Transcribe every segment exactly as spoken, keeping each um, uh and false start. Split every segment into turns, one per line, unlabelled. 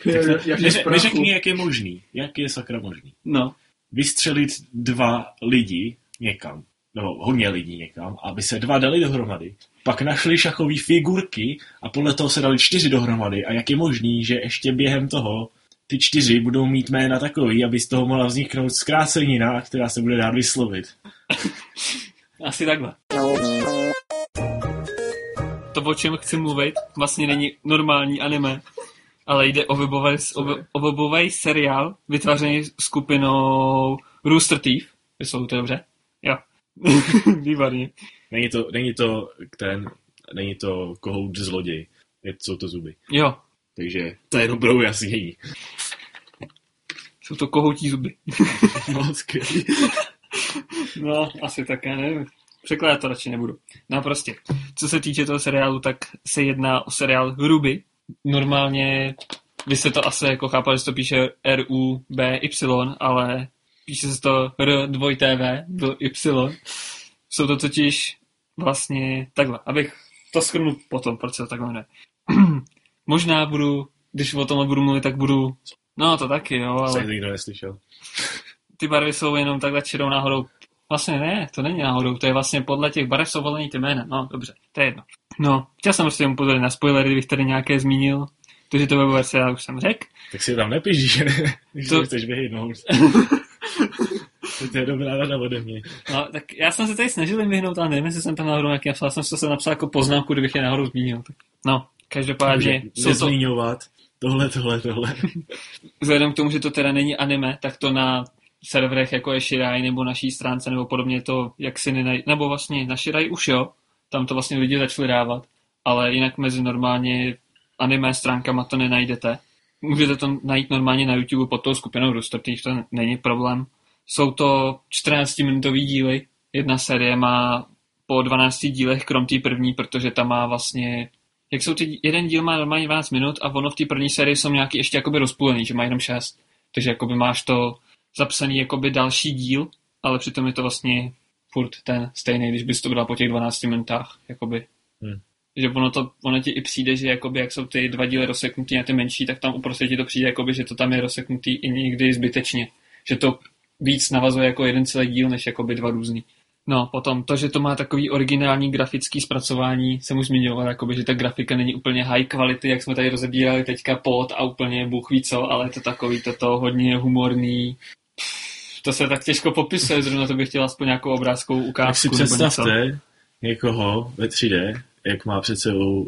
Neřekni, jak je možný. Jak je sakra možný.
No.
Vystřelit dva lidi někam, nebo hodně lidí někam, aby se dva dali dohromady, pak našli šachové figurky a podle toho se dali čtyři dohromady. A jak je možný, že ještě během toho ty čtyři budou mít jména takový, aby z toho mohla vzniknout zkrácenina, která se bude dát vyslovit.
Asi takhle. To, o čem chci mluvit, vlastně není normální anime, ale jde o webový, o webový seriál vytvářený skupinou Rooster Teeth. Jsou to dobře? Jo. Výborně.
Není to, není to ten, není to kohout zloděj. Jsou to zuby.
Jo.
Takže to je jenom pro ujasnění.
Jsou to kohoutí zuby.
No, skvělý.
No, asi tak, já nevím. Překládat to radši nebudu. No prostě, co se týče toho seriálu, tak se jedná o seriál Ruby. Normálně, vy jste to asi jako chápali, že to píše R U B Y, ale píše se to R dva T V do Y. Jsou to totiž vlastně takhle, abych to shrnul potom, proč se to takhle jmenuje. Možná budu, když o tomhle budu mluvit, tak budu, no to taky, jo, ale...
Jsem nikdo neslyšel.
Ty barvy jsou jenom takhle čirou náhodou. Vlastně ne, to není náhodou, to je vlastně podle těch barev jsou volený ty jména, no dobře, to je jedno. No, chtěl jsem prostě mu na spoilery, kdybych tady nějaké zmínil, protože to webové seriál už jsem řekl.
Tak si tam nepíš, že ne, když to chceš vyhydnout. To je dobrá rada ode mě.
No, tak já jsem se tady snažil jim vyhnout, ale nevím, jestli jsem tam náhodou nějaký napsal, jsem se napsal jako poznámku, kdybych je náhodou zmínil. Tak, no, každopádně...
Nezmíňovat tohle, tohle, tohle.
Vzhledem k tomu, že to teda není anime, tak to na serverech jako je Shirai nebo naší stránce nebo podobně to, jak si nenaj... Nebo vlastně na Shirai už jo, tam to vlastně lidi začali dávat, ale jinak mezi normálně anime stránkama to nenajdete. Můžete to najít normálně na YouTube pod tou skupinou Rooster Teeth, to není problém. Jsou to čtrnáctiminutový díly, jedna série má po dvanácti dílech, krom té první, protože tam má vlastně, jak jsou ty, jeden díl má normálně dvanáct minut a ono v té první sérii jsou nějaký ještě jakoby rozpůlený, že má jenom šest, takže jakoby máš to zapsaný jakoby další díl, ale přitom je to vlastně furt ten stejný, když bys to dal po těch dvanácti minutách, jakoby. Hmm. Že ono, to, ono ti i přijde, že jakoby, jak jsou ty dva díly rozseknutý na ty menší, tak tam uprostřed ti to přijde, jakoby, že to tam je rozseknutý i někdy zbytečně. Že to víc navazuje jako jeden celý díl, než jakoby dva různý. No, potom to, že to má takový originální grafický zpracování, jsem už zmiňoval, jakoby, že ta grafika není úplně high quality, jak jsme tady rozebírali teďka pod a úplně bůh ví co, ale je to takový toto hodně humorný. Pff, to se tak těžko popisuje, zrovna to bych chtěl aspoň nějakou obrázkovou ukázku.
Tak si představte někoho ve tři dé, jak má před sebou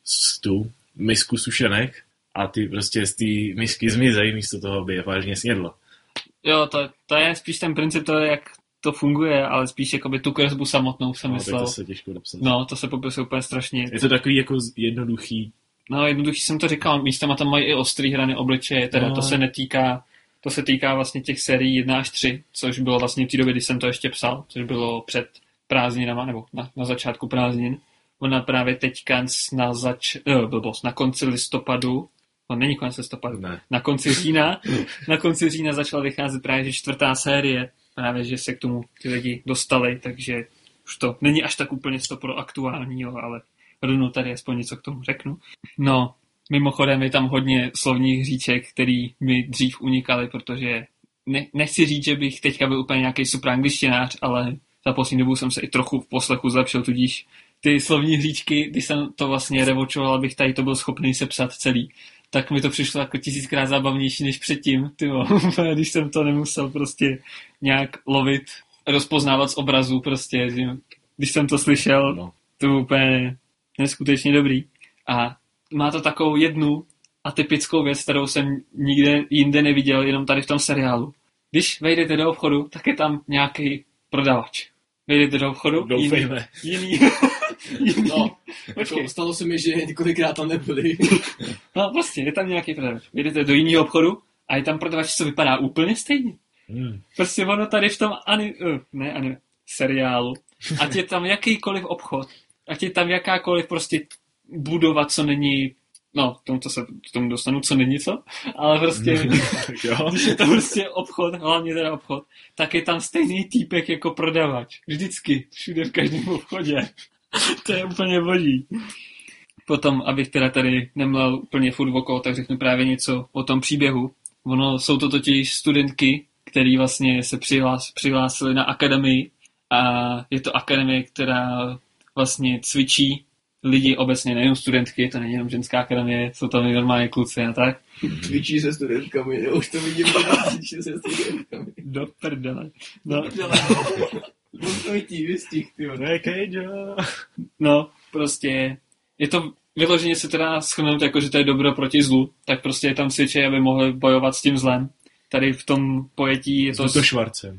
tu misku sušenek a ty prostě z té misky zmizej místo toho, aby je vážně snědlo.
Jo, to, to je spíš ten princip toho, jak to funguje, ale spíš jakoby tu kresbu samotnou jsem
no,
myslel.
To se těžko napsat.
No, to se popisuje úplně strašně.
Je to takový jako jednoduchý.
No, jednoduchý jsem to říkal, místama tam mají i ostrý hrany obličeje, teda no. to se netýká, to se týká vlastně těch sérií jedna až tři, což bylo vlastně v té době, kdy jsem to ještě psal, což bylo před prázdninama, nebo na, na začátku prázdnin. Ona právě teďka na, zač, no, blbost, na konci listopadu, no není konec listopadu,
ne.
na konci října, na konci října začala vycházet právě že čtvrtá série, právě že se k tomu ty lidi dostali, takže už to není až tak úplně sto pro aktuální, jo, ale rovnou tady aspoň něco k tomu řeknu. No, mimochodem je tam hodně slovních hříček, který mi dřív unikaly, protože ne, nechci říct, že bych teďka byl úplně nějaký super angličtinář, ale za poslední dobu jsem se i trochu v poslechu zlepšil, tudíž ty slovní hříčky, když jsem to vlastně revočoval, abych tady to byl schopný sepsat celý, tak mi to přišlo jako tisíckrát zábavnější než předtím, tyvo, když jsem to nemusel prostě nějak lovit, rozpoznávat z obrazu prostě, když jsem to slyšel, no. To bylo úplně neskutečně dobrý. A má to takovou jednu atypickou věc, kterou jsem nikde jinde neviděl, jenom tady v tom seriálu. Když vejdete do obchodu, tak je tam nějaký prodavač. Vejdete do obchodu,
doufejme.
Jiný, jiný.
No, jako stalo se mi, že několikrát tam nebyli.
No prostě, je tam nějaký prodavač. Vejdete do jiného obchodu a je tam prodavač, co vypadá úplně stejně. Hmm. Prostě ono tady v tom ani, uh, ne, ani seriálu, ať je tam jakýkoliv obchod, ať je tam jakákoliv prostě budova, co není, no, tomu, to se, tomu dostanu, co není co, ale prostě, když je to prostě obchod, hlavně teda obchod, tak je tam stejný týpek jako prodavač. Vždycky, všude v každém obchodě. To je úplně boží. Potom, abych teda tady nemlel úplně furt okolo, tak řeknu právě něco o tom příběhu. Ono jsou to totiž studentky, který vlastně se přihlás, přihlásili na akademii a je to akademie, která vlastně cvičí lidi obecně, nejenom studentky, to není jenom ženská akademie, jsou tam i normálně kluci a tak.
Cvičí se studentkami, já už to vidím, cvičí se studentkami.
Do prdele. No,
Musí vystih, ty
no, prostě je to vyloženě se teda shrnout jako, že to je dobro proti zlu, tak prostě je tam cvičí, aby mohli bojovat s tím zlem. Tady v tom pojetí je to...
S to Švarcem.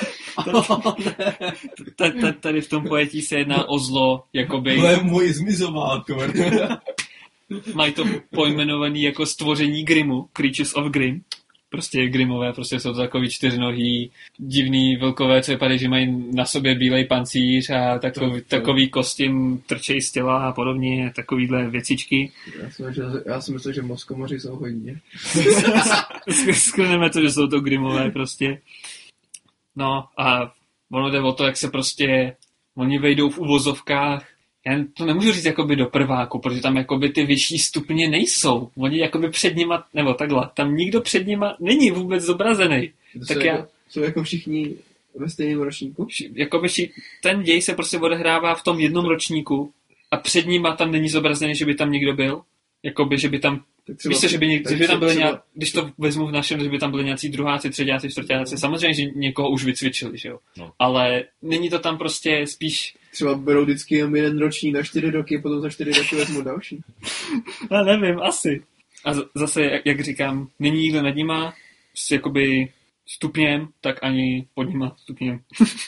Tady v tom pojetí se jedná o zlo, jakoby...
To je můj zmizovátor.
Mají to pojmenovaný jako stvoření Grimmu, Creatures of Grimm. Prostě Grimmové, prostě jsou to takový čtyřnohý, divný vlkové, co vypadají, že mají na sobě bílej pancíř a takový, to, to. takový kostým trčej z těla a podobně, takovýhle věcičky.
Já jsem myslel, já jsem myslel že Moskomoři jsou hodně.
Skrneme to, že jsou to Grimmové prostě. No a ono jde o to, jak se prostě, oni vejdou v uvozovkách, já to nemůžu říct jakoby do prváku, protože tam jakoby ty vyšší stupně nejsou. Oni jakoby před nima, nebo takhle, tam nikdo před nima není vůbec zobrazený.
Tak jsou, já, jako, jsou jako všichni ve stejném ročníku?
Vši, jakoby vši, ten děj se prostě odehrává v tom jednom ročníku a před nima tam není zobrazený, že by tam někdo byl. Jakoby, že by tam, třeba, víš se, že by, něk, že by tam byly třeba... nějak, když to vezmu v našem, že by tam byli nějací druháci, třetíáci, čtvrtáci, samozřejmě, že někoho už vycvičili, že jo. No. Ale není to tam prostě spíš...
Třeba berou vždycky jenom jeden ročník na čtyři roky, potom za čtyři roky vezmu další.
Já nevím, asi. A zase, jak, jak říkám, není nikdo nad nima s jakoby stupněm, tak ani pod nima stupněm.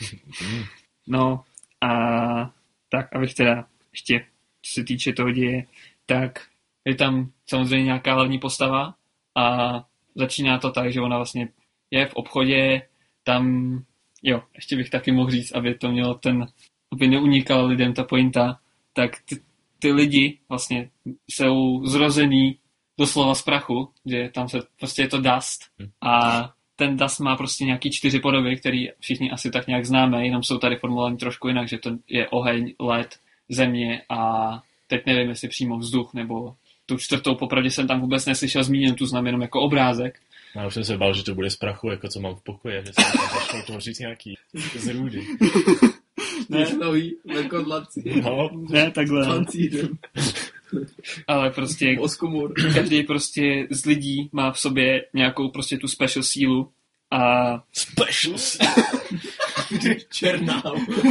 No a tak, abych teda ještě, co se týče toho děje, tak je tam samozřejmě nějaká hlavní postava a začíná to tak, že ona vlastně je v obchodě, tam, jo, ještě bych taky mohl říct, aby to mělo ten, aby neunikala lidem ta pointa, tak ty, ty lidi vlastně jsou zrozený doslova z prachu, že tam se, prostě je to dust a ten dust má prostě nějaký čtyři podoby, který všichni asi tak nějak známe, jenom jsou tady formulovaný trošku jinak, že to je oheň, led, země a teď nevím, jestli přímo vzduch, nebo tu čtvrtou popravdě jsem tam vůbec neslyšel zmíněn, tu znám jenom jako obrázek.
Já už jsem se bál, že to bude z prachu, jako co mám v pokoji, že jsem tam začal tvořit nějaký z růdy.
Ne, nový, lekodlací.
No, ne, takhle.
Pancířem.
Ale prostě každý prostě z lidí má v sobě nějakou prostě tu special sílu a...
Special sílu?
Černá.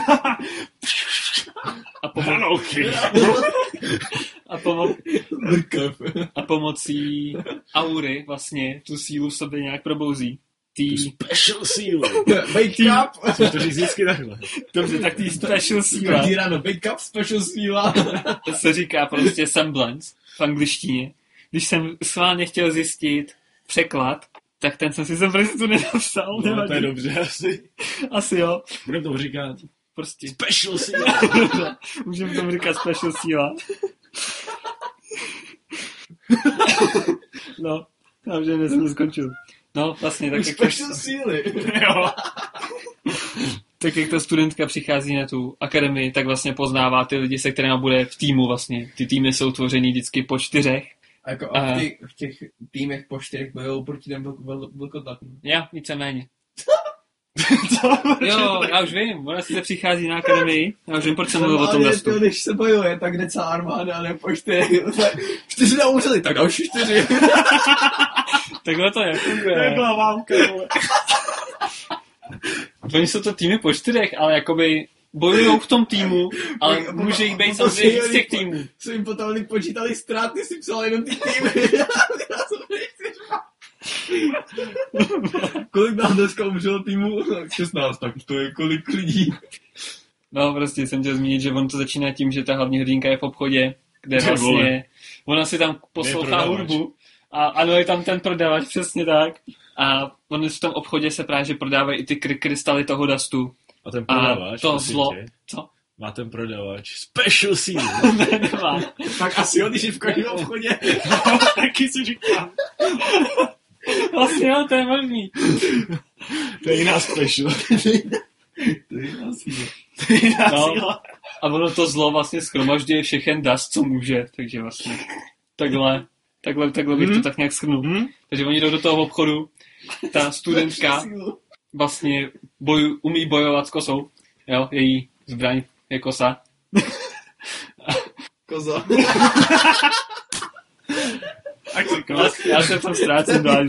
A, pomo- a, pomo- a pomocí aury vlastně tu sílu v sobě nějak probouzí. Tý...
Special sílu.
Wake
tý...
up.
Jsem to říct vždycky takhle.
Dobře, tak tý special síla.
Každý ráno wake up, special síla.
To se říká prostě semblance v angličtině. Když jsem schválně chtěl zjistit překlad, tak ten jsem si semblance nenapsal.
No, to je dobře asi.
Asi jo.
Budeme tomu říkat
prostě
special síla.
Můžeme tomu říkat special síla. No, já že nesmím skončil. No, vlastně tak
jak to... síly.
Jo. Tak jak ta studentka přichází na tu akademii, tak vlastně poznává ty lidi, se kterými bude v týmu vlastně. Ty týmy jsou tvořený vždycky po čtyřech.
A jako a v, těch, v těch týmech po čtyřech bojou proti těm vlkodlatům.
Já, víceméně. Jo, já už vím, ona se přichází na akademii, já už vím, proč jsem mluvil o tom dastu.
Když se bojuje, tak jde celá armáda, ale po čtyři. Čtyři neumřeli, tak další čtyři.
Takhle to je.
Takhle vámka, vole.
Oni jsou to týmy po čtyřech, ale jakoby bojujou v tom týmu, ale může jich být samozřejmě z těch týmů.
Co jim potom počítali ztráty, si psal jenom ty týmy. Kolik nám dneska umřelo týmu? šestnáct, tak to je kolik lidí.
No prostě jsem chtěl zmínit, že on to začíná tím, že ta hlavní hrdinka je v obchodě, kde vlastně ona si tam poslouchá hudbu a ano, je tam ten prodavač, přesně tak. A on v tom obchodě se právě, že prodávají i ty kry- krystaly toho dastu.
A ten prodavač,
a to zlo, tě,
co? Má ten prodavač special sílu.
Ne, nemá.
Tak asi jo, když je v každém obchodě.
No, taky si říkám.
Vlastně jo, to je možný.
To je jiná special.
To je jiná síla.
To je jiná
no.
síla.
a ono to zlo vlastně schromažďuje všechen dust, co může, takže vlastně takhle, takhle, takhle bych to
Hmm.
tak nějak shrnul.
Hmm?
Takže oni jdou do toho obchodu, ta studentka vlastně boj, umí bojovat s kosou, jo, její zbraň je kosa.
Koza.
Já, já se tam ztrácím dál.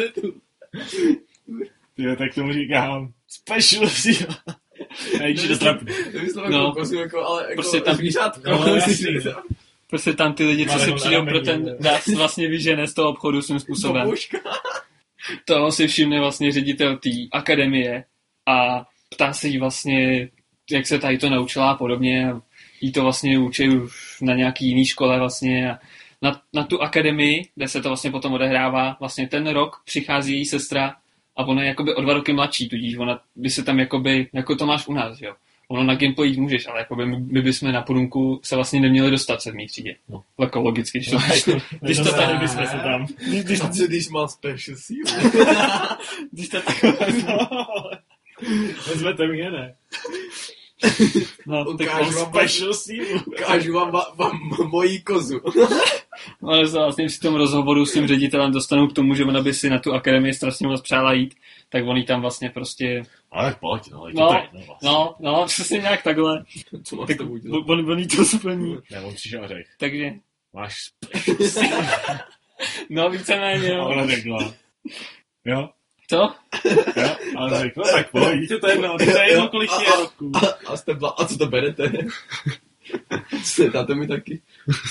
Jo, tak tomu říkám special seal. Nejvíc to trapný.
Nemyslím
No.
jako kozu, jako, ale jako
Prostě tam-
zvířátko.
No, jasný.
Prostě tam ty lidi, co
Ale
si
on
přijdou
na
pro
rameni,
ten
jo.
dust, vlastně vyžene z toho obchodu svým způsobem.
Bobožka.
Toho si všimne vlastně ředitel té akademie a ptá se jí vlastně, jak se tady to naučila a podobně. A jí to vlastně učí už na nějaký jiný škole vlastně. A na, na tu akademii, kde se to vlastně potom odehrává, vlastně ten rok přichází její sestra a ona je jakoby o dva roky mladší, tudíž ona by se tam jakoby, jako to máš u nás, jo. Ono na Gimplu jít můžeš, ale jakoby my, my bychom na Porunku se vlastně neměli dostat v sedmý třídě.
No.
Jako logicky, když to, když to,
tady
tak,
bychom se tam.
když, když,
A co když má special seal?
když to takhle,
Vezmete mě, ne?
no, tak
Ukážu vám,
Special seal.
ukážu vám, vám, vám moji kozu.
ale se vlastně při tom rozhovoru s tím ředitelem dostanou k tomu, že ona by si na tu akademii strašně moc přála jít, tak on jí tam vlastně prostě,
Ale pojď, no, je to
No,
tak, no, vlastně.
no, no, přesně nějak takhle,
Co máš
tak
to udělat?
on, on jí to splní,
Ne, on přišel a řekl,
takže,
máš special seal.
no víceméně,
A
jo.
ona řekla, jo,
Co?
jo, a on řekl, no tak pojď, víte, to je jedno, to je jedno, kolik je roku.
A, a, jste bla, a co to berete? Dáte mi taky?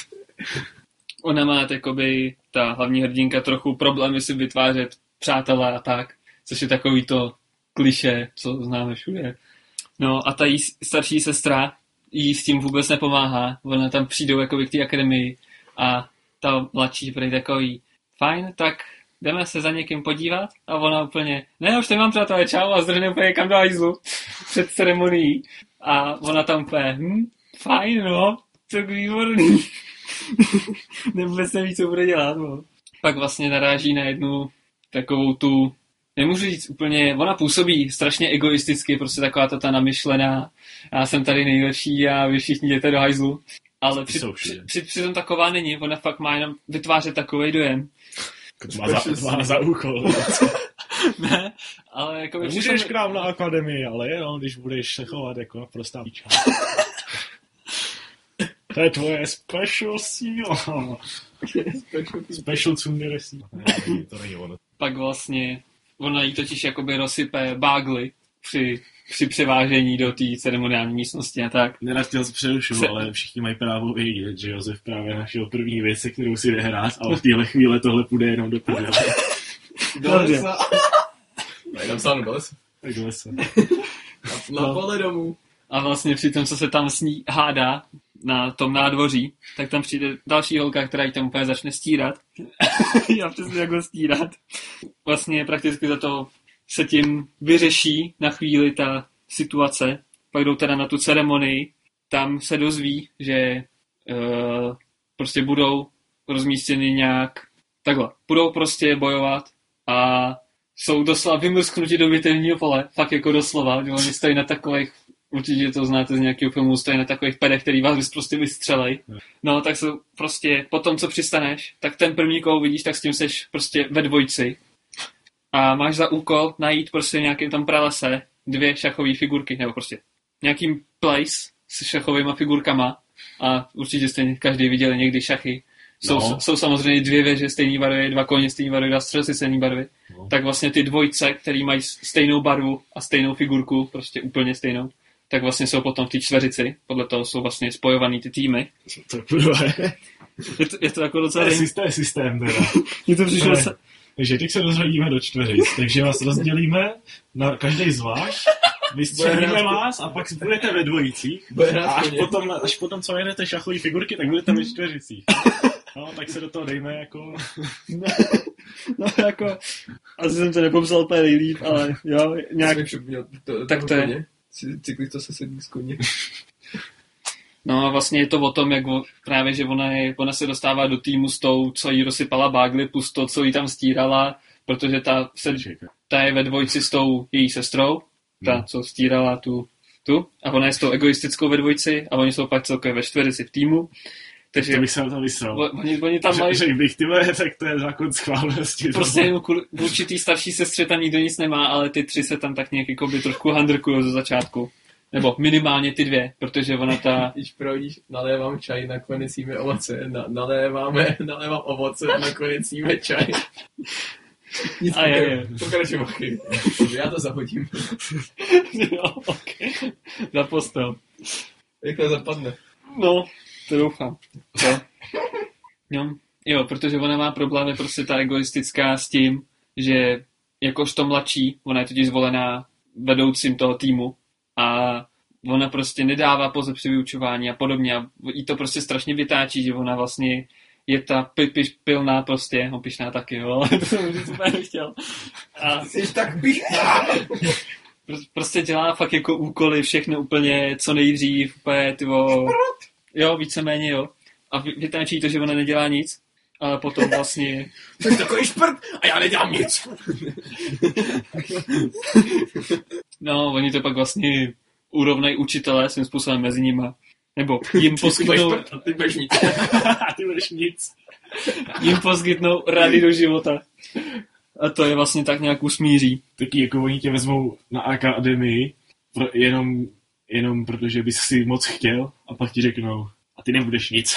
Ona má jakoby, ta hlavní hrdinka, trochu problémy si vytvářet přátelé a tak, což je takový to klišé, co známe všude. No a ta jí starší sestra jí s tím vůbec nepomáhá. Ona tam přijdou jakoby k té akademii a ta mladší bude takový, fajn, tak jdeme se za někým podívat a ona úplně, ne, už tady mám přátelé, čau, a zdrhne úplně kam do hajzlu před ceremonií a ona tam úplně, hm, fajn, no, tak výborný. Vůbec neví, co bude dělat, no. Pak vlastně naráží na jednu takovou tu, nemůžu říct úplně, ona působí strašně egoisticky, prostě taková ta, ta namyšlená, já jsem tady nejlepší a vy všichni jdete do hajzlu. Ale při,
jsou
při,
všude.
při, přitom taková není, ona fakt má jenom vytvářet takový dojem.
Má za, má za úkol.
Ne, ale jako by
Můžeš k nám na akademii, ale jenom když budeš se chovat jako prostá píča. To je tvoje special seal. Special Tsundere seal. Ne, to není ono.
Pak vlastně, ona jí totiž jakoby rozsype bágly při, při převážení do té ceremoniální místnosti a tak.
Nerad chtěl se přerušovat,
Se-
ale všichni mají právo vědět, že Josef právě našel první věci, kterou si jde hrát, ale v téhle chvíli tohle půjde jenom do prdele.
Do
Dobře.
lesa. Ne, tam sáhnu do lesa.
Takhle se.
Na, na pole domů.
A vlastně při tom, co se tam s ní hádá na tom nádvoří, tak tam přijde další holka, která jí tam úplně začne stírat. Já přesně jak ho stírat. Vlastně prakticky za to se tím vyřeší na chvíli ta situace. Pak jdou teda na tu ceremonii. Tam se dozví, že uh, prostě budou rozmístěny nějak takhle. Budou prostě bojovat a jsou doslova vymrsknuti do bitevního pole. Fakt jako doslova, že oni stojí na takových, určitě to znáte z nějakého filmu, stojí na takových pedech, který vás prostě vystřelej. No, tak jsou prostě, po tom, co přistaneš, tak ten první, koho vidíš, tak s tím seš prostě ve dvojci. A máš za úkol najít prostě v nějakém tam pralese dvě šachové figurky, nebo prostě nějakým place s šachovými figurkama. A určitě jste každý viděli někdy šachy. Jsou,
No.
jsou samozřejmě dvě věže stejné barvy, dva koně stejné barvy, dva střelci stejné barvy.
No.
Tak vlastně ty dvojce, který mají stejnou barvu a stejnou figurku, prostě úplně stejnou, tak vlastně jsou potom v té čtveřici. Podle toho jsou vlastně spojovaný ty týmy.
To bude.
Je to, je to jako
To
docela...
je
zajímavé.
systém, systém teda.
Mně to přišlo...
Ne.
se-
Takže teď se rozhodíme do čtveřic, takže vás rozdělíme na každý z vás, vystřelíme vás a pak budete ve dvojicích
Bude
a
hrát
až
koně.
potom, až potom co jedete šachové figurky, tak budete ve čtveřicích. No, tak se do toho dejme jako...
No jako... Asi jsem to nepopsal úplně nejlíp, ale jo, nějak...
Jsem připomněl to,
Tak to je.
koně. Cy- Cyklista se sedí z koně.
No a vlastně je to o tom, jak o, právě, že ona, je, ona se dostává do týmu s tou, co jí rozsypala bágly, plus to, co jí tam stírala, protože ta, se, ta je ve dvojci s tou její sestrou, ta,
Hmm.
co stírala tu, tu a ona je s tou egoistickou ve dvojici a oni jsou pak celkově ve čtveřici v týmu. Takže
to bych se na to myslel.
Oni, oni tam mají...
Řekl bych, tyhle, tak to je zákon schválnosti.
Prostě jenom v určitý starší sestře tam nikdo nic nemá, ale ty tři se tam tak nějak jako by trošku handrkujou ze začátku. Nebo minimálně ty dvě, protože ona ta...
Když proudíš, nalévám čaj, nakonec jíme ovoce, na, naléváme, nalévám ovoce, nakonec jíme čaj. Nic
a je, je.
Pokračuj, machy. Já to zahodím.
Jo, ok. Za postel.
Rychle zapadne.
No, to doufám. Co? Jo. jo, protože ona má problémy prostě ta egoistická s tím, že jakožto mladší, ona je totiž zvolená vedoucím toho týmu a ona prostě nedává pozor při vyučování a podobně a jí to prostě strašně vytáčí, že ona vlastně je ta pi, pi, pilná prostě, no pišná taky, jo, ale to jsem říct úplně nechtěl. A
jsi tak pišná!
Prostě dělá fakt jako úkoly, všechno úplně co nejdřív, úplně tyvo, jo, víceméně jo. A vytáčí to, že ona nedělá nic, ale potom vlastně...
Jsi takový šprt a já nedělám nic.
No, oni to pak vlastně urovnají učitelé svým způsobem mezi nima. Nebo jim poskytnou...
A ty budeš nic.
A ty budeš nic.
Jim poskytnou rady do života. A to je vlastně tak nějak usmíří.
Taky jako oni tě vezmou na akademii pro, jenom, jenom protože bys si moc chtěl a pak ti řeknou a ty nebudeš nic.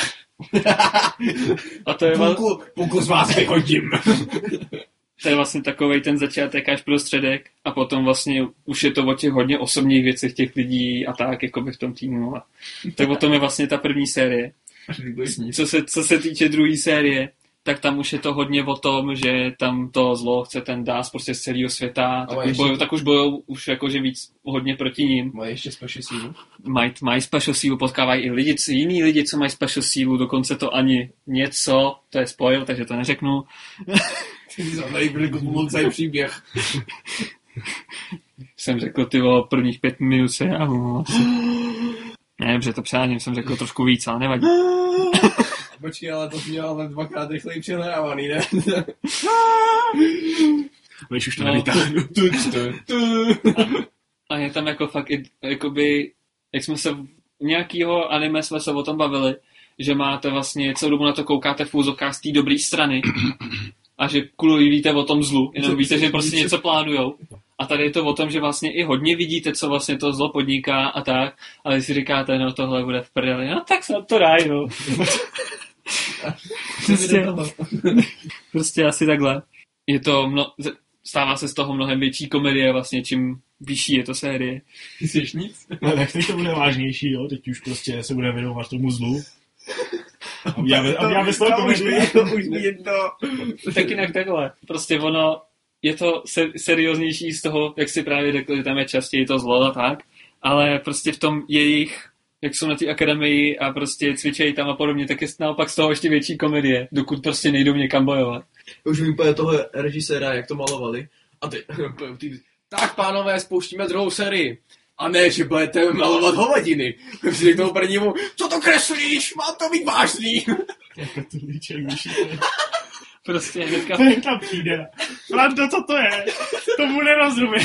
A to je
půlku, půlku z vás vyhodím.
To je vlastně takovej ten začátek až prostředek a potom vlastně už je to o těch hodně osobních věcech těch lidí a tak, jako by v tom týmu. A tak o tom je vlastně ta první série. Co se, co se týče druhé série, tak tam už je to hodně o tom, že tam to zlo chce ten dás prostě z celého světa, tak už, bojou, tak už bojou už jakože víc hodně proti ním.
Mají ještě special sílu?
Mají maj special sílu, potkávají i lidi, jiný lidi, co mají special sílu, dokonce to ani něco, to je spoil, takže to neřeknu.
Ty jsi tady byli pomoct celý příběh.
Jsem řekl, ty vole, prvních pět minut se já ne, dobře, to přáním jsem řekl trošku víc, ale nevadí.
Počkej, ale to jsi měl ale dvakrát rychleji přihrávaný, ne?
Víš, už to
no.
nevytáhnu.
A je tam jako fakt, jakoby, jak jsme se, nějakýho anime jsme se o tom bavili, že máte vlastně, celou dobu na to koukáte v úzovkách z té dobré strany a že kvůli víte o tom zlu, jenom víte, že prostě něco plánujou. A tady je to o tom, že vlastně i hodně vidíte, co vlastně to zlo podniká a tak, ale si říkáte, no tohle bude v prdeli, no tak se to dá, no. prostě, prostě asi takhle. Je to mno, stává se z toho mnohem větší komedie vlastně, čím vyšší je to série.
Ty jsi nic?
No tak teď to bude vážnější, jo, teď už prostě se bude věnovat tomu zlu. A uděláme, a uděláme z toho komedii.
To už je to.
Tak jinak takhle. Prostě ono, je to ser- serióznější z toho, jak si právě řekl, že tam je častěji to zlo a tak, ale prostě v tom jejich, jak jsou na té akademii a prostě cvičejí tam a podobně, tak je naopak z toho ještě větší komedie, dokud prostě nejdou někam bojovat.
Už vím úplně toho režiséra, jak to malovali. A ty, ty tak pánové, spouštíme druhou sérii. A ne, že budete malovat hovadiny. Tak si řeknou prvnímu, co to kreslíš, má to být vážný.
Jako tu líček vyšší.
Prostě hnedka...
Ten tam přijde. Frando, co to je? Tomu nerozumím.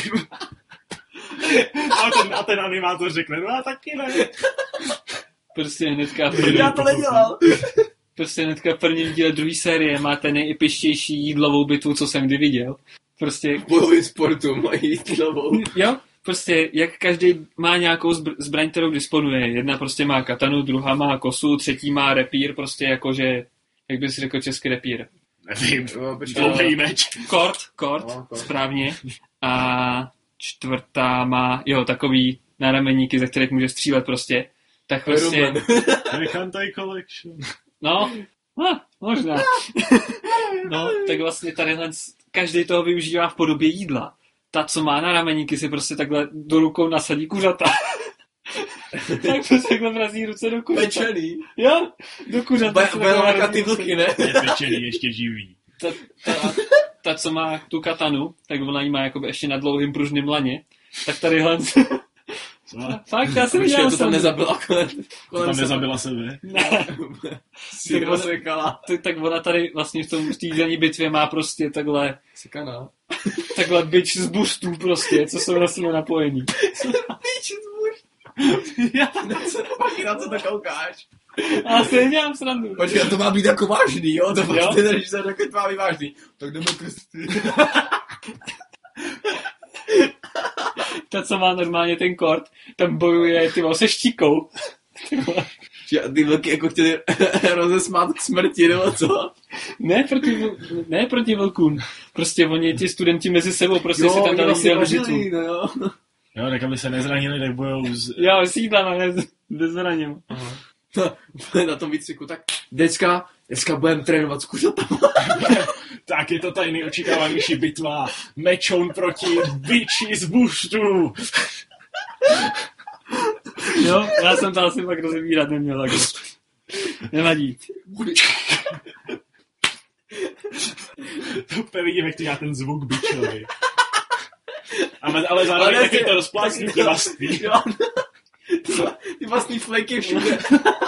A ten, a ten animátor řekne, no a taky ne.
Prostě hnedka... První...
Já to nedělal.
Prostě hnedka v prvním díle druhé série máte nejepištější jídlovou bitvu, co jsem kdy viděl. Prostě...
V bojovém sportu mají jídlovou.
Jo, prostě jak každý má nějakou zbr- zbraň, kterou disponuje. Jedna prostě má katanu, druhá má kosu, třetí má repír, prostě jakože, jak bys řekl český repír?
Nevím, dlouhý meč.
Kort, kort,
no, kort,
správně. A čtvrtá má, jo, takový nárameníky, ze kterých může střílet prostě. Tak prostě...
Rekantaj collection.
No, no, možná. No, tak vlastně tadyhle každý toho využívá v podobě jídla. Ta, co má na rameníky, si prostě takhle do rukou nasadí kuřata. Tak prostě takhle vrazí ruce do kuřata.
Pečený.
Jo, do kuřata.
Bude lákat ty vlky, ne?
Je pečený, ještě živý.
Ta, ta, ta, co má tu katanu, tak ona jí má jakoby ještě na dlouhým pružným laně. Tak tadyhle... Fakt, já jsem
viděl, to tam nezabila kolem.
To tam nezabila sebe.
Ne.
tak, ona,
tak, tak ona tady vlastně v tom týdenní bitvě má prostě takhle
sekaná.
Takhle bič z boostů prostě, co jsou na sebe napojení.
Bič z boostů.
Já
Na co, na co to koukáš?
ale se nedělám srandu.
Počkej, to má být jako vážný, jo? To
Jo?
fakt ten režisér takový to má být vážný. Tak jdeme krestit.
Ta, co má normálně ten kort, tam bojuje ty vole, se štíkou. Ty vole.
Že ty vlky jako chtěli rozesmát k smrti, nebo co?
Ne proti, vl- ne proti vlkům. Prostě oni, ti studenti mezi sebou, prostě si tam dali jídelnou bitvu.
no jo.
Jo, tak aby se nezranili, tak bojou z...
Jo, s jídlem, ale bez zraněm.
Na tom výcviku, tak dneska, dneska budeme trénovat s kuřatama.
Tak je to ta nejočekávanější bitva. Mečoun proti biči z buštů.
Jo, já jsem to asi pak rozebírat neměl. Tak. Nevadí.
To úplně vidím, jak to dělá ten zvuk bičovi. Ale, ale zároveň taky to rozplácnutí vlastní.
Ty vlastní fleky všude.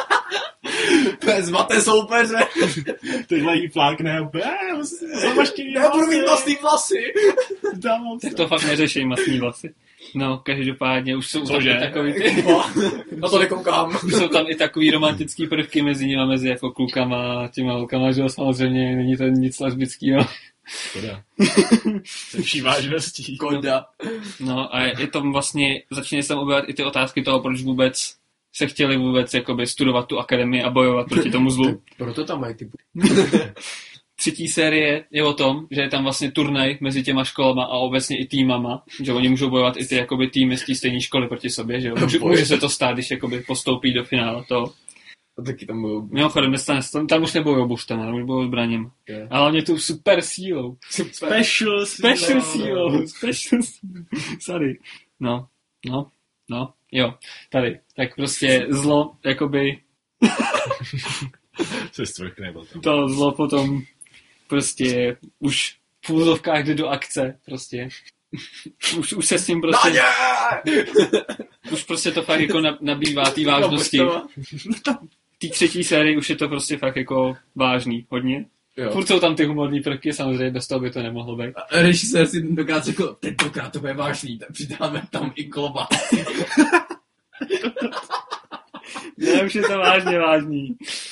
Zmaté soupeře.
Tyhle jí flákne a zamaštěný
Já budu mít vlastní vlasy.
Dávám se.
Tak to fakt neřešej masní vlasy. No, každopádně už jsou tam i takový ty,
Na to nekoukám.
už jsou tam i takový romantický prvky mezi nimi, mezi jako klukama a těma holkama, že jo, samozřejmě není to nic lesbického.
Škoda. Se vší vážností.
Škoda.
No a je to vlastně, začínají se tam objevovat i ty otázky toho, proč vůbec se chtěli vůbec jakoby studovat tu akademii a bojovat proti tomu zlu.
Proto tam mají ty...
Třetí série je o tom, že je tam vlastně turnaj mezi těma školama a obecně i týmama, že oni můžou bojovat i ty jakoby týmy z té stejné školy proti sobě, že jo. Může, může se to stát, když jakoby postoupí do finále toho.
A taky tam budou...
Mimochodem, nestane se tam, tam už nebojou buštama, tam už bojou zbraněm.
Yeah.
Ale hlavně tou super sílou.
Special
Special sílou. Special sílou. Sorry. No, no, no, jo, tady. Tak prostě zlo, jakoby...
Se stvrkne potom.
To zlo potom prostě už v úzovkách jde do akce, prostě. Už, už se s tím prostě...
Naděj!
Už prostě to fakt jako nabývá té vážnosti. V té třetí sérii už je to prostě fakt jako vážný, hodně.
Jo.
Furt jsou tam ty humorní prvky, samozřejmě bez toho by to nemohlo být.
A režisér si tentokrát řekl, tentokrát to bude vážný, tak přidáme tam i klobásy.
Ne, už je to vážně vážný.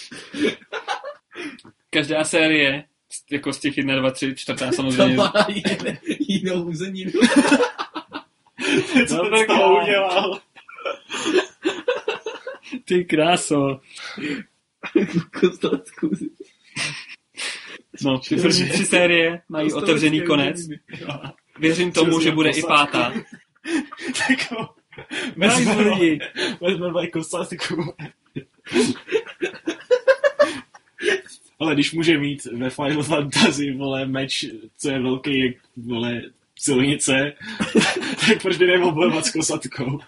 Každá série, jako z těch jedna, dva, tři, čtvrtá samozřejmě.
To má jiné, jinou uzeninu.
Co ten z toho udělal?
Ty kráso. No, ty první tři série mají otevřený konec. Věřím tomu, že bude i pátá.
Tako,
Vezme lidi.
vezme kosatku. Ale když může mít ve Final Fantasy, vole, meč, co je velký, jak, vole, silnice, tak proč by nemohl bojovat s kosatkou?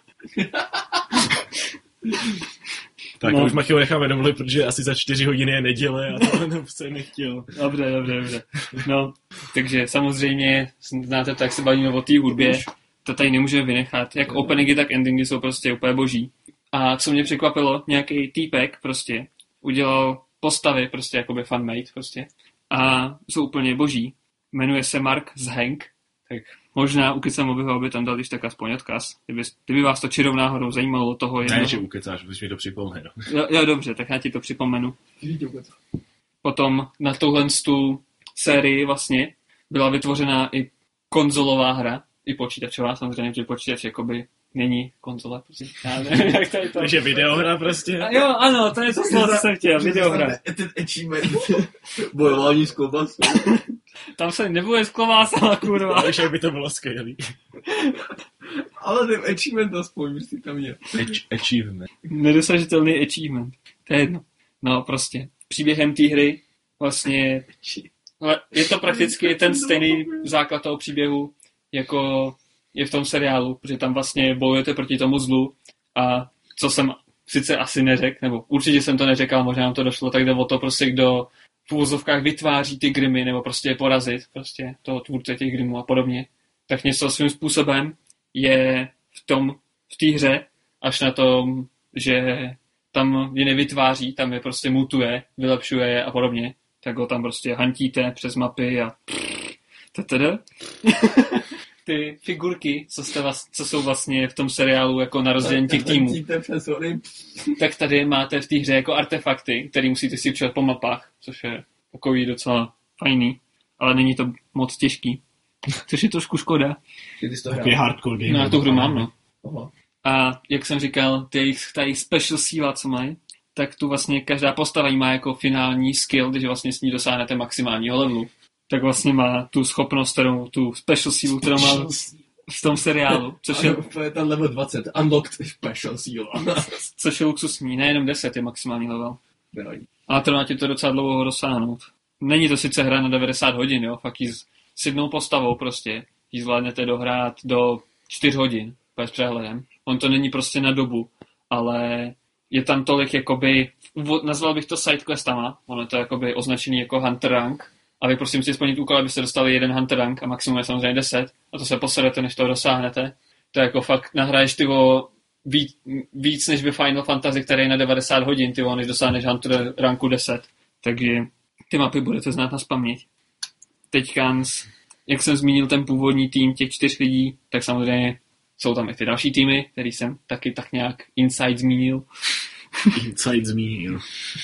Tak
No.
už Machiho necháme dovolit, protože asi za čtyři hodiny je neděle a to se nechtěl.
Dobře, dobře, dobře. No, takže samozřejmě znáte to, jak se bavíme o té hudbě. To tady nemůžeme vynechat. Jak openingy, tak endingy jsou prostě úplně boží. A co mě překvapilo, nějaký týpek prostě udělal postavy, prostě jakoby fanmade prostě. A jsou úplně boží. Jmenuje se Mark Zhank. Tak možná ukecám bych ho, aby tam dal když tak aspoň odkaz. Kdyby, kdyby vás to čirou náhodou zajímalo toho jednoho.
Ne, že ukecáš, musíš mi to připomenout.
Jo, jo, dobře, tak já ti to připomenu. Potom na touhle tu sérii vlastně byla vytvořena i konzolová hra, i počítačová, samozřejmě, že počítač jakoby není konzole, prostě. Já nevím, jak to je to.
Takže videohra prostě.
A jo, ano, to je to slovo, co jsem chtěl, videohra.
Ten achievement. Bojování s klobasou.
Tam se nebude s klobásama, kurva.
Ale že by to bylo skvělý.
Ale ten achievement aspoň, už si tam je.
Ach- achievement.
Nedosažitelný achievement. To je jedno. No, prostě. Příběhem té hry vlastně... Ale je to prakticky ten stejný základ toho příběhu, jako je v tom seriálu, protože tam vlastně bojujete proti tomu zlu a co jsem sice asi neřekl, nebo určitě jsem to neřekl, možná nám to došlo, tak jde o to prostě, kdo v úvozovkách vytváří ty grimy, nebo prostě je porazit, prostě toho tvůrce těch grimů a podobně. Tak něco svým způsobem je v tom, v té hře, až na tom, že tam je nevytváří, tam je prostě mutuje, vylepšuje je a podobně, tak ho tam prostě hantíte přes mapy a teda. ty figurky, co, jste vlast, co jsou vlastně v tom seriálu jako na rozdělení těch týmů, tak tady máte v té hře jako artefakty, které musíte si určovat po mapách, což je takový docela fajný, ale není to moc těžký, což je trošku škoda.
Takový hardcore game.
No já tu hru mám, no.
Aha.
A jak jsem říkal, ty jejich tady special síla, co mají, tak tu vlastně každá postava jí má jako finální skill, když vlastně s ní dosáhnete maximálního levelu. Tak vlastně má tu schopnost, kterou, tu special sílu, kterou má v tom seriálu. Což je,
je ten level dvacet, unlocked special síla.
Což je luxusní, nejenom deset je maximální level. Ale trvá ti to docela dlouho dosáhnout. Není to sice hra na devadesát hodin, jo, fakt jí s, s jednou postavou prostě jí zvládnete dohrát do čtyř hodin, bez přehledem. On to není prostě na dobu, ale je tam tolik jakoby, nazval bych to sidequestama, ono to je jakoby označený jako hunter rank, a vy prostě musíte splnit úkol, abyste dostali jeden hunter rank a maximum je samozřejmě deset, a to se poserete, než toho dosáhnete. To je jako fakt, nahraješ ty o víc, víc než by Final Fantasy, který je na devadesát hodin, ty o, než dosáhneš hunter ranku deset. Takže ty mapy budete znát na spaměť. Teďka, jak jsem zmínil ten původní tým těch čtyř lidí, tak samozřejmě jsou tam i ty další týmy, který jsem taky tak nějak inside zmínil.
Inside zmínil.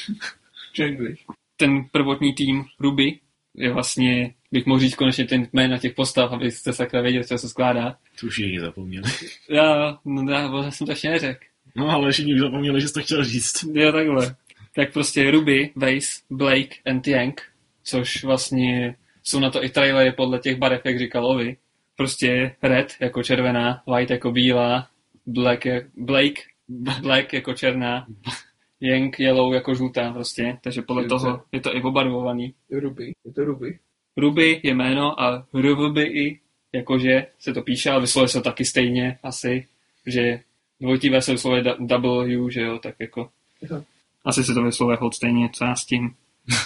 Ten prvotní tým Ruby je vlastně, bych mohl říct konečně ten jména těch postav, abyste sakra věděli, co se skládá.
To už všichni zapomněli.
Já, no já, já jsem to ještě neřekl.
No ale všichni už zapomněli, že jsi to chtěl říct.
Jo, takhle. Tak prostě Ruby, Vase, Blake and Yank, což vlastně jsou na to i trailery podle těch barev, jak říkal Ovi. Prostě red jako červená, white jako bílá, black, Blake, black jako černá, Yank yellow jako žlutá prostě, takže podle je toho je to i obarvovaný.
Ruby, je to Ruby.
Ruby je jméno a Ruby jakože se to píše, ale vyslovuje se to taky stejně asi, že dvojitý se vyslovuje W, že jo, tak jako Aha. Asi se to vyslovuje hod stejně, co já s tím.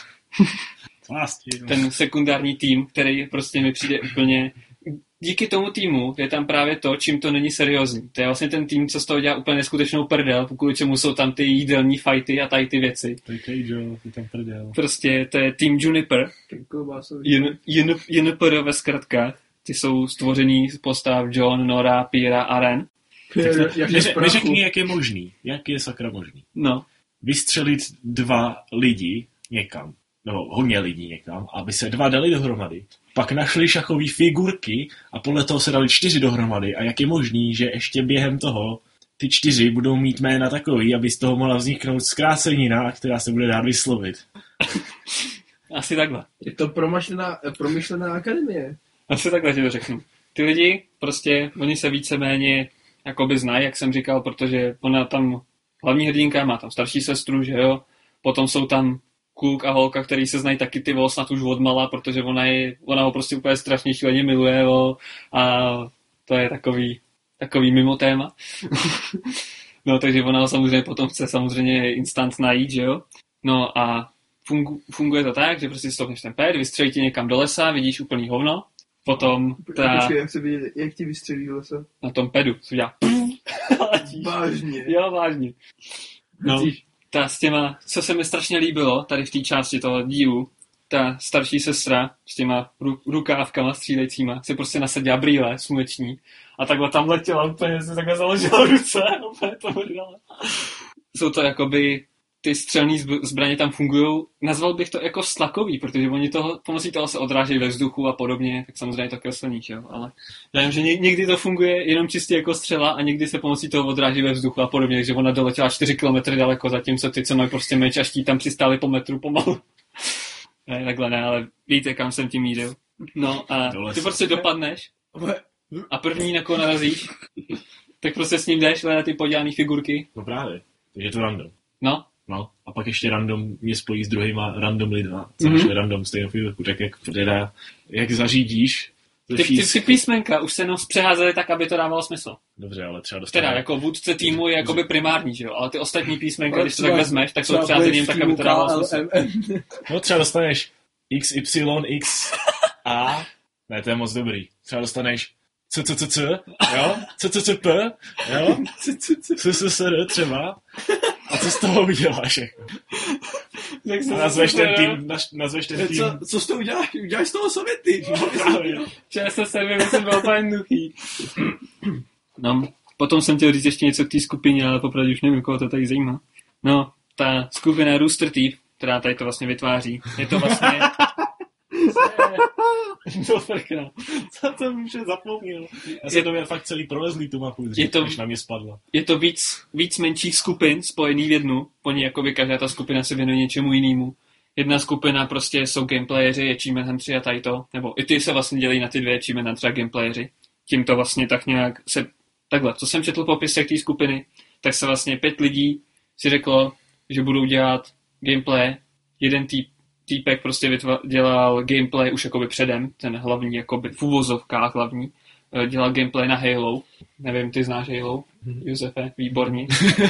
Co já s tím?
Ten sekundární tým, který prostě mi přijde úplně... Díky tomu týmu je tam právě to, čím to není seriózní. To je vlastně ten tým, co z toho dělá úplně neskutečnou prdel, pokud čemu jsou tam ty jídelní fighty a tady ty věci.
To je Keijo, ty tam prdel.
Prostě to je tým Juniper. Juniper ve zkratkách. Ty jsou stvořený z postav John, Nora, Pira a Ren.
Neřekni, jak je možný. Jak je sakra možný.
No.
Vystřelit dva lidi někam, nebo hodně lidí někam, aby se dva dali dohromady, pak našli šachové figurky a podle toho se dali čtyři dohromady a jak je možný, že ještě během toho ty čtyři budou mít jména takový, aby z toho mohla vzniknout zkrácenina, která se bude dát vyslovit.
Asi takhle.
Je to promyšlená, promyšlená akademie.
Asi takhle ti to řeknu. Ty lidi, prostě, oni se víceméně jakoby znají, jak jsem říkal, protože ona tam, hlavní hrdinka má tam starší sestru, že jo, potom jsou tam kluk a holka, který se znají taky ty vol, snad už odmala, protože ona, je, ona ho prostě úplně strašně šíleně miluje, vol, a to je takový, takový mimo téma. No, takže ona ho samozřejmě potom chce samozřejmě instant najít, že jo. No a fungu, funguje to tak, že prostě stoupneš ten ped, vystřelí tě někam do lesa, vidíš úplný hovno, potom ta...
Počkej, jak, se vidět, jak ti vystřelí do lesa?
Na tom pedu, co dělá...
Vážně?
Jo, vážně. No. Ta s těma, co se mi strašně líbilo tady v té části toho dílu, ta starší sestra s těma ru, rukávkama střílejícíma si prostě nasadila brýle sluneční a takhle tam letěla, úplně si takhle založila ruce a úplně to mrdala. Jsou to jakoby, ty střelné zbraně tam fungují, nazval bych to jako stlakový, protože oni toho, pomocí toho se odrážejí ve vzduchu a podobně, tak samozřejmě to kreslení, jo, ale já vím, že někdy to funguje jenom čistě jako střela a někdy se pomocí toho odráží ve vzduchu a podobně, takže ona doletěla čtyři kilometry daleko, zatímco ty, co mají prostě meč a štít, tam přistáli po metru pomalu. Ne, takhle ne, ale víte, kam jsem tím mířil. No a ty prostě dopadneš a první, na koho narazíš, tak prostě s ním jdeš na ty podělané figurky.
No právě, takže to random.
No.
No, a pak ještě random mě spojí s druhýma random lidma, co mm-hmm. random stejnou figurku, tak jak, teda, jak zařídíš.
Ty, ty, ty písmenka už se jenom zpřeházely tak, aby to dávalo smysl.
Dobře, ale třeba dostaneš...
Teda, jako vůdce týmu je jakoby primární, že jo, ale ty ostatní písmenka, když to tak vezmeš, tak jsou přeházený tak, aby to dávalo smysl.
No třeba dostaneš X, Y, X, A, ne, to je moc dobrý. Třeba dostaneš C, C, C, C, jo, C, C, C, P, jo, C, C, C, C, C, třeba. A co z toho uděláš? Jako?
Jak se
Nazveš ten
super,
tým, naš, nazveš ten tým.
Co, co s tou uděláš? Uděláš z toho Sověty.
No, právě.
Čas se mi jsem byl úplně jednoduchý. No, potom jsem chtěl říct ještě něco k té skupině, ale popravdě už nevím, koho to tady zajímá. No, ta skupina Rooster Teeth, která tady to vlastně vytváří, je to vlastně...
No frkna. Co to už je zapomněl? Já jsem to měl fakt celý prolezlý tu mapu, dřív,
to,
když na mě spadla.
Je to víc, víc menších skupin spojený v jednu. Po ní jakoby každá ta skupina se věnuje něčemu jinému. Jedna skupina prostě jsou gameplayeři, Achievement Huntři a tady to. Nebo i ty se vlastně dělí na ty dvě Achievement Huntři a gameplayeři. Tím to vlastně tak nějak se... Takhle, co jsem četl popisek té skupiny, tak se vlastně pět lidí si řeklo, že budou dělat gameplay. Jeden týp týpek prostě vytva- dělal gameplay už jakoby předem, ten hlavní, jakoby v úvozovkách hlavní, dělal gameplay na Halo. Nevím, ty znáš Halo, Josefe, výborně.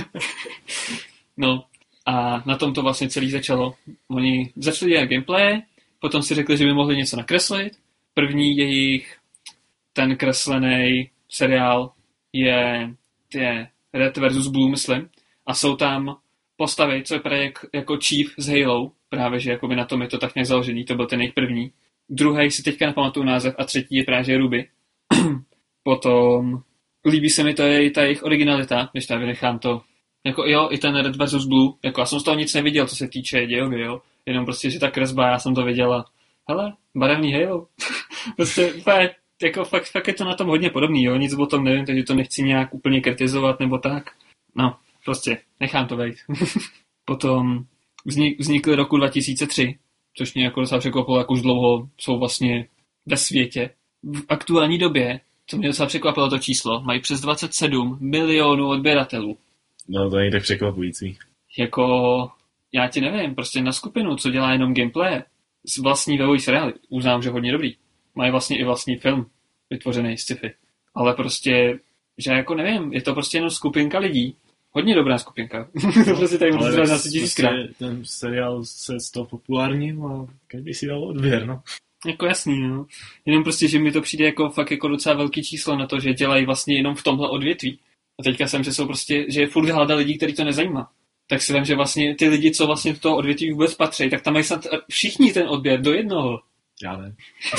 No a na tom to vlastně celý začalo. Oni začali dělat gameplay, potom si řekli, že by mohli něco nakreslit. První jejich ten kreslený seriál je, je Red versus Blue, myslím. A jsou tam postavy, co je právě jak, jako Chief z Halo. Právě, že jakoby na tom je to tak nějak založený, to byl ten jejich první. Druhý si teďka nepamatuju název a třetí je právě Ruby. Potom líbí se mi to je i ta jejich originalita, když tady vynechám to. Jako jo, i ten Red versus Blue, jako já jsem z toho nic neviděl, co se týče dějově, jo. Jenom prostě, že ta kresba, já jsem to viděla. Hele, barevný Halo. Prostě jako fakt, fakt je to na tom hodně podobný, jo. Nic o tom nevím, takže to nechci nějak úplně kritizovat nebo tak. No, prostě, nechám to být. Potom Vznik, vznikly roku dva tisíce tři, což mě jako docela překvapilo, jak už dlouho jsou vlastně ve světě. V aktuální době, co mě docela překvapilo to číslo, mají přes dvacet sedm milionů odběratelů.
No to není tak překvapující.
Jako, já ti nevím, prostě na skupinu, co dělá jenom gameplay, s vlastní webový seriály, uznám, že hodně dobrý. Mají vlastně i vlastní film vytvořený z sci-fi. Ale prostě, že jako nevím, je to prostě jenom skupinka lidí, hodně dobrá skupinka. To prostě tady můžu zrát na tisíckrát.
Ten seriál se z toho populárním a každý si dal odběr, no.
Jako jasný, no. Jenom prostě, že mi to přijde jako fakt jako docela velký číslo na to, že dělají vlastně jenom v tomhle odvětví. A teďka jsem, že jsou prostě, že je furt hlada lidí, který to nezajímá. Tak si vím, že vlastně ty lidi, co vlastně v toho odvětví vůbec patří, tak tam mají snad všichni ten odběr do jednoho.
Já ne.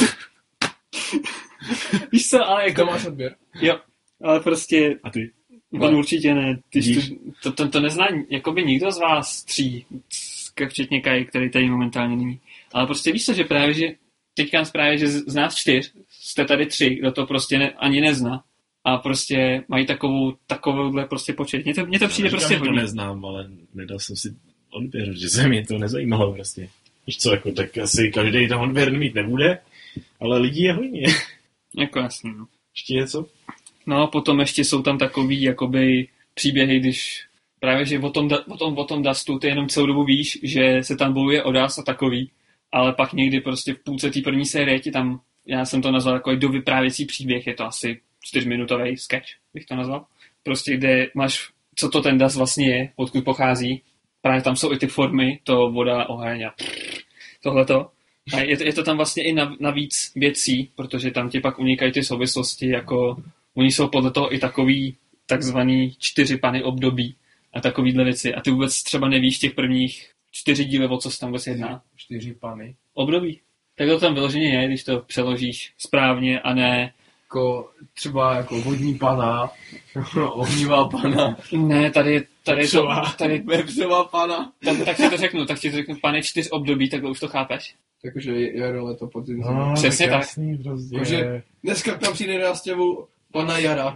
Víš co, ale jako...
To máš odběr?
Jo, ale prostě...
A ty?
On určitě ne. Ty to, to, to, to nezná jakoby nikdo z vás tří, včetně Kai, který tady momentálně není. Ale prostě víš co, že právě, že teďka právě, že z nás čtyř, jste tady tři, kdo to prostě ne, ani nezná. A prostě mají takovou, takovouhle prostě počet. Mně to, mně to přijde
já
prostě hodně.
to neznám, ale nedal jsem si odběr, že se mě to nezajímalo prostě. Víš co, jako tak asi každý tam odběr mít nebude, ale lidí je hodně.
Jako jasný, no.
Ještě něco?
No, potom ještě jsou tam takový, jakoby, příběhy, když právě, že o tom, o tom, o tom Dustu ty jenom celou dobu víš, že se tam bojuje o Das a takový, ale pak někdy prostě v půlce té první série ti tam, já jsem to nazval jako dovyprávěcí příběh, je to asi čtyřminutový sketch, bych to nazval. Prostě, kde máš, co to ten Das vlastně je, odkud pochází. Právě tam jsou i ty formy, to voda, oheň a tohleto. A je to, je to tam vlastně i navíc věcí, protože tam ti pak unikají ty souvislosti, jako oni jsou podle toho i takový takzvaný čtyři pany období a takovýhle věci. A ty vůbec třeba nevíš těch prvních čtyři díly, o co se tam vůbec jedná.
Čtyři pany.
Období. Tak to tam vyloženě je, když to přeložíš správně a ne...
Jako třeba jako vodní pana, ohnivá pana.
Ne, tady, tady to... Tady,
vepřová pana.
tak, tak ti to řeknu, tak ti to řeknu, pane čtyř období, takhle už to chápeš?
Takže jaro, leto, podzim.
No,
přesně tak.
Jasný, prostě.
Takže dneska tam přijde na stěvu pana Jara.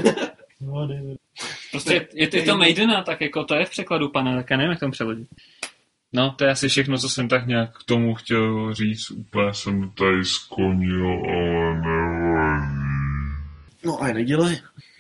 Prostě je, je, je to Maidena, tak jako to je v překladu pana, tak já nevím, jak tomu přeložit. No, to je asi všechno, co jsem tak nějak
K tomu chtěl říct, úplně jsem tady skonil, ale nevadí.
No a je neděle.